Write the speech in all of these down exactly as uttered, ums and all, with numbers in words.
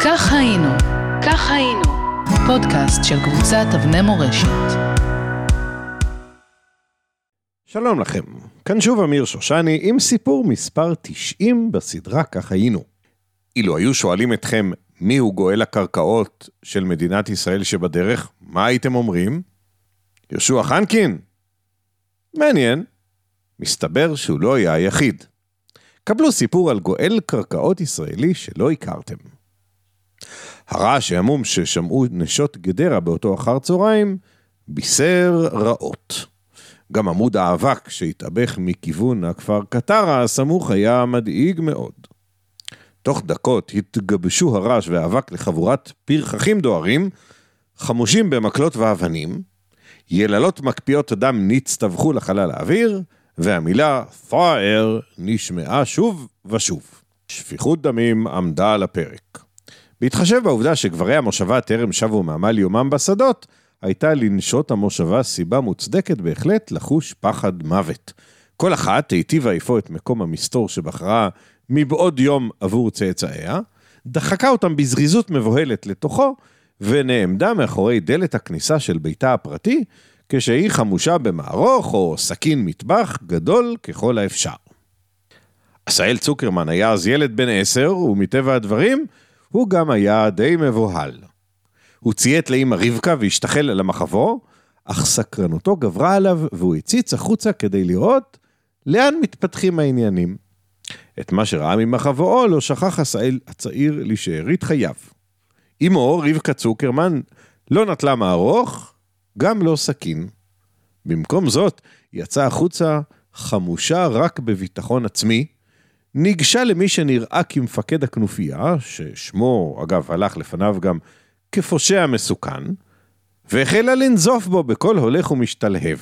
כך היינו, כך היינו, פודקאסט של קבוצת אבני מורשת. שלום לכם, כאן שוב אמיר שושני עם סיפור מספר תשעים בסדרה כך היינו. אילו היו שואלים אתכם מי הוא גואל הקרקעות של מדינת ישראל שבדרך, מה הייתם אומרים? יהושע חנקין? מעניין, מסתבר שהוא לא היה היחיד. קבלו סיפור על גואל קרקעות ישראלי שלא הכרתם. הרעש העמום ששמעו נשות גדרה באותו אחר צהריים, בישר רעות. גם עמוד האבק שהתאבך מכיוון הכפר קטרה הסמוך היה מדאיג מאוד. תוך דקות התגבשו הרעש והאבק לחבורת פרחחים דוהרים, חמושים במקלות ואבנים, יללות מקפיאות אדם נצטווחו לחלל האוויר, והמילה פאר נשמעה שוב ושוב. שפיכות דמים עמדה על הפרק. בהתחשב בעובדה שגברי המושבה טרם שבו מעמל יומם בשדות, הייתה לנשות המושבה סיבה מוצדקת בהחלט לחוש פחד מוות. כל אחת היטיבה איפה את מקום המסתור שבחרה מבעוד יום עבור צאצאיה, דחקה אותם בזריזות מבוהלת לתוכו, ונעמדה מאחורי דלת הכניסה של ביתה הפרטי, כשהיא חמושה במערוך או סכין מטבח גדול ככל האפשר. עשאל צוקרמן היה אז ילד בן עשר, ומטבע הדברים הוא גם היה די מבוהל. הוא ציית לאמא רבקה והשתחל על המחבו, אך סקרנותו גברה עליו והוא הציץ החוצה כדי לראות לאן מתפתחים העניינים. את מה שראה ממחבואו לא שכח עשאל הצעיר לשארית חייו. אמו רבקה צוקרמן לא נטלה מערוך, גם לא סכין. במקום זאת יצאה החוצה חמושה רק בביטחון עצמי, ניגשה למי שנראה כמפקד הכנופיה, ששמו אגב הלך לפניו גם כפושע מסוכן, והחלה לנזוף בו בכל הולך ומשתלהב.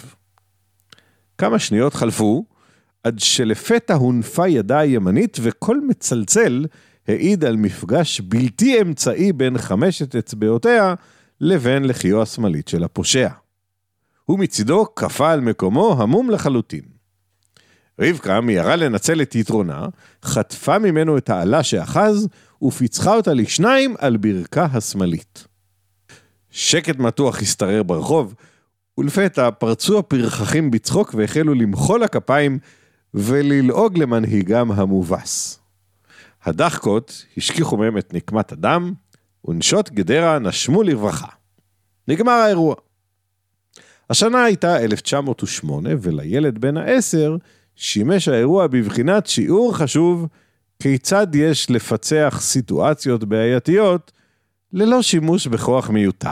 כמה שניות חלפו, עד שלפתע הונפה ידה הימנית, וכל מצלצל העיד על מפגש בלתי אמצעי בין חמשת אצבעותיה, לבין לחיו השמאלית של הפושע. הוא מצידו קפה על מקומו המום לחלוטין. רבקה מיירה לנצל את יתרונה, חטפה ממנו את העלה שאחז, ופיצחה אותה לשניים על ברכה השמאלית. שקט מתוח הסתרר ברחוב, ולפתע פרצו הפרחחים בצחוק והחלו למחול הכפיים וללעוג למנהיגם המובס. הדחקות השכיחו מהם את נקמת הדם, ונשות גדרה נשמו לרווחה. נגמר האירוע. השנה הייתה אלף תשע מאות ושמונה, ולילד בן העשר שימש האירוע בבחינת שיעור חשוב כיצד יש לפצח סיטואציות בעייתיות ללא שימוש בכוח מיותר.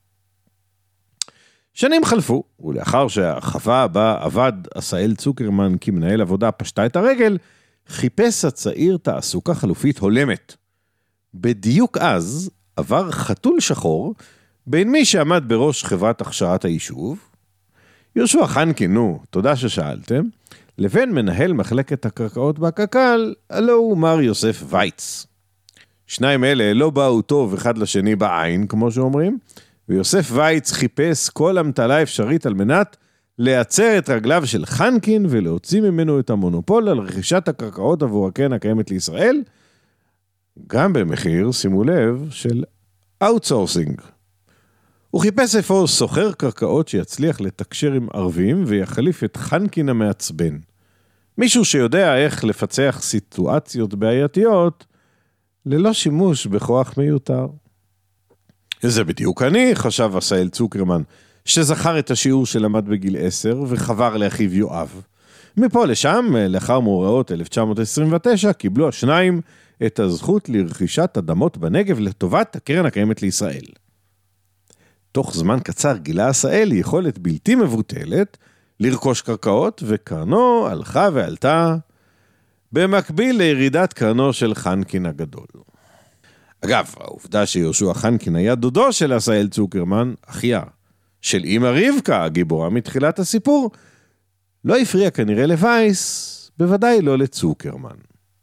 שנים חלפו, ולאחר שהחווה בה עבד עשאל צוקרמן כמנהל עבודה פשטה את הרגל, חיפש הצעיר תעסוקה חלופית הולמת. בדיוק אז עבר חתול שחור בין מי שעמד בראש חברת הכשרת היישוב, יהושע חנקין, נו, תודה ששאלתם, לבין מנהל מחלקת הקרקעות בקק"ל, הלא הוא מר יוסף וייץ. שניים אלה לא באו טוב אחד לשני בעין, כמו שאומרים, ויוסף וייץ חיפש כל המטלה אפשרית על מנת לייצר את רגליו של חנקין ולהוציא ממנו את המונופול על רכישת הקרקעות עבור הקרן הקיימת לישראל, גם במחיר, שימו לב, של אאוטסורסינג. הוא חיפש איפה סוחר קרקעות שיצליח לתקשר עם ערבים ויחליף את חנקין המעצבן. מישהו שיודע איך לפצח סיטואציות בעייתיות ללא שימוש בכוח מיותר. זה בדיוק אני, חשב עשאל צוקרמן, שזכר את השיעור שלמד בגיל עשר וחבר לאחיו יואב. מפה לשם, לאחר מאורעות אלף תשע מאות עשרים ותשע, קיבלו השניים את הזכות לרכישת אדמות בנגב לטובת הקרן הקיימת לישראל. תוך זמן קצר גילה עשאל יכולת בלתי מבוטלת לרכוש קרקעות, וקרנו הלכה ועלתה במקביל לירידת קרנו של חנקין הגדול. אגב, העובדה שיהושע חנקין היה דודו של עשאל צוקרמן, אחיה של אמא רבקה, הגיבורה מתחילת הסיפור, לא הפריע כנראה לווייס, בוודאי לא לצוקרמן.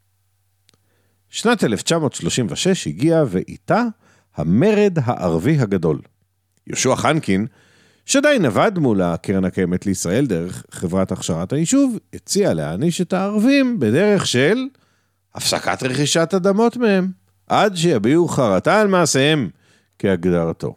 שנת אלף תשע מאות שלושים ושש הגיעה ואיתה המרד הערבי הגדול. יהושע חנקין, שדי נבד מול הקרן הקיימת לישראל דרך חברת הכשרת היישוב, הציע להעניש את הערבים בדרך של הפסקת רכישת אדמות מהם. עד שיביעו חרטה על מעשיהם כהגדרתו.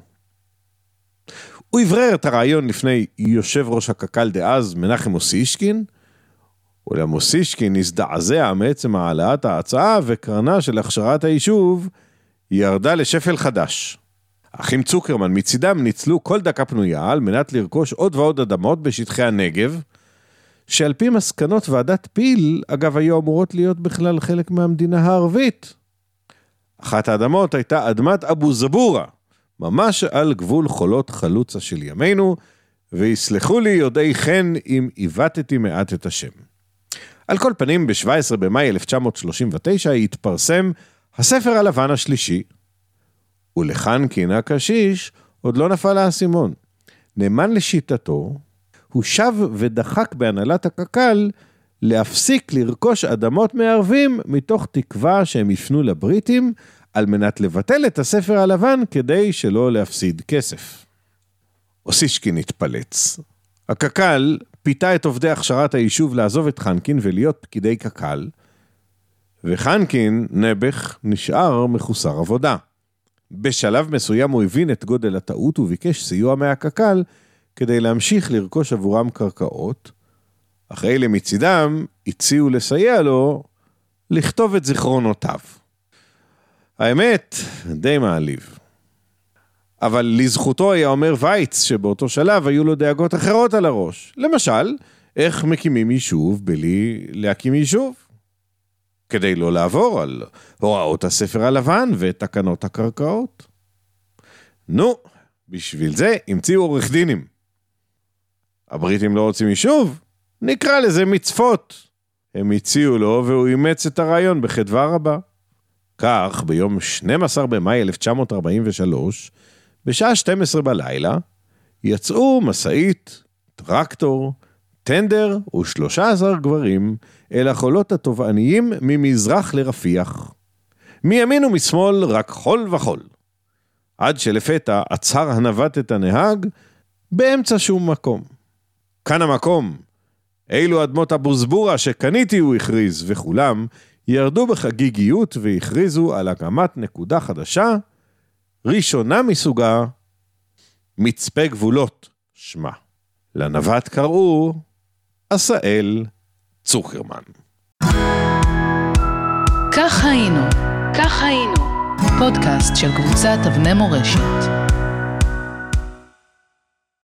הוא עברר את הרעיון לפני יושב ראש הקק"ל דאז מנחם אוסישקין, אולם אוסישקין הזדעזע מעצם העלאת ההצעה, וקרנה של הכשרת היישוב ירדה לשפל חדש. האחים צוקרמן מצידם ניצלו כל דקה פנויה על מנת לרכוש עוד ועוד אדמות בשטחי הנגב, שעל פי מסקנות ועדת פיל, אגב, היו אמורות להיות בכלל חלק מהמדינה הערבית. אחת האדמות הייתה אדמת אבו זבורה, ממש על גבול חולות חלוצה של ימינו, ויסלחו לי יודעי חן אם עיוותתי מעט את השם. על כל פנים, ב-שבעה עשר במאי אלף תשע מאות שלושים ותשע התפרסם הספר הלבן השלישי, ולכאן קינה קשיש עוד לא נפל האסימון. נאמן לשיטתו, הוא שב ודחק בהנהלת הקק"ל להפסיק לרכוש אדמות מערבים, מתוך תקווה שהם יפנו לבריטים, על מנת לבטל את הספר הלבן כדי שלא להפסיד כסף. אוסישקין התפלץ. הקק"ל פיתה את עובדי הכשרת היישוב לעזוב את חנקין ולהיות פקידי קק"ל, וחנקין, נבח, נשאר מחוסר עבודה. בשלב מסוים הוא הבין את גודל הטעות וביקש סיוע מהקק"ל כדי להמשיך לרכוש עבורם קרקעות, אך אלה מצידם הציעו לסייע לו לכתוב את זיכרונותיו. האמת, די מעליב. אבל לזכותו היה אומר וייץ שבאותו שלב היו לו דאגות אחרות על הראש. למשל, איך מקימים יישוב בלי להקים יישוב? כדי לא לעבור על הוראות הספר הלבן ותקנות הקרקעות. נו, בשביל זה המציאו עורך דינים. הבריטים לא רוצים יישוב? נקרא לזה מצפות. הם הציעו לו והוא אימץ את הרעיון בחדווה רבה. כך, ביום שנים עשר במאי אלף תשע מאות ארבעים ושלוש, בשעה שתים עשרה בלילה, יצאו מסעית, טרקטור, טנדר ו-שלושה עשר גברים אל החולות התובעניים ממזרח לרפיח. מימין ומשמאל רק חול וחול. עד שלפתע עצר הנווט את הנהג באמצע שום מקום. כאן המקום. אילו אדמות אבו זבורה שקניתי הוא הכריז, וכולם ירדו בחגיגיות והכריזו על הקמת נקודה חדשה, ראשונה מסוגה, מצפה גבולות שמה. לנווט קראו עשאל צוקרמן. כך היינו, כך היינו, פודקאסט של קבוצת אבני מורשת.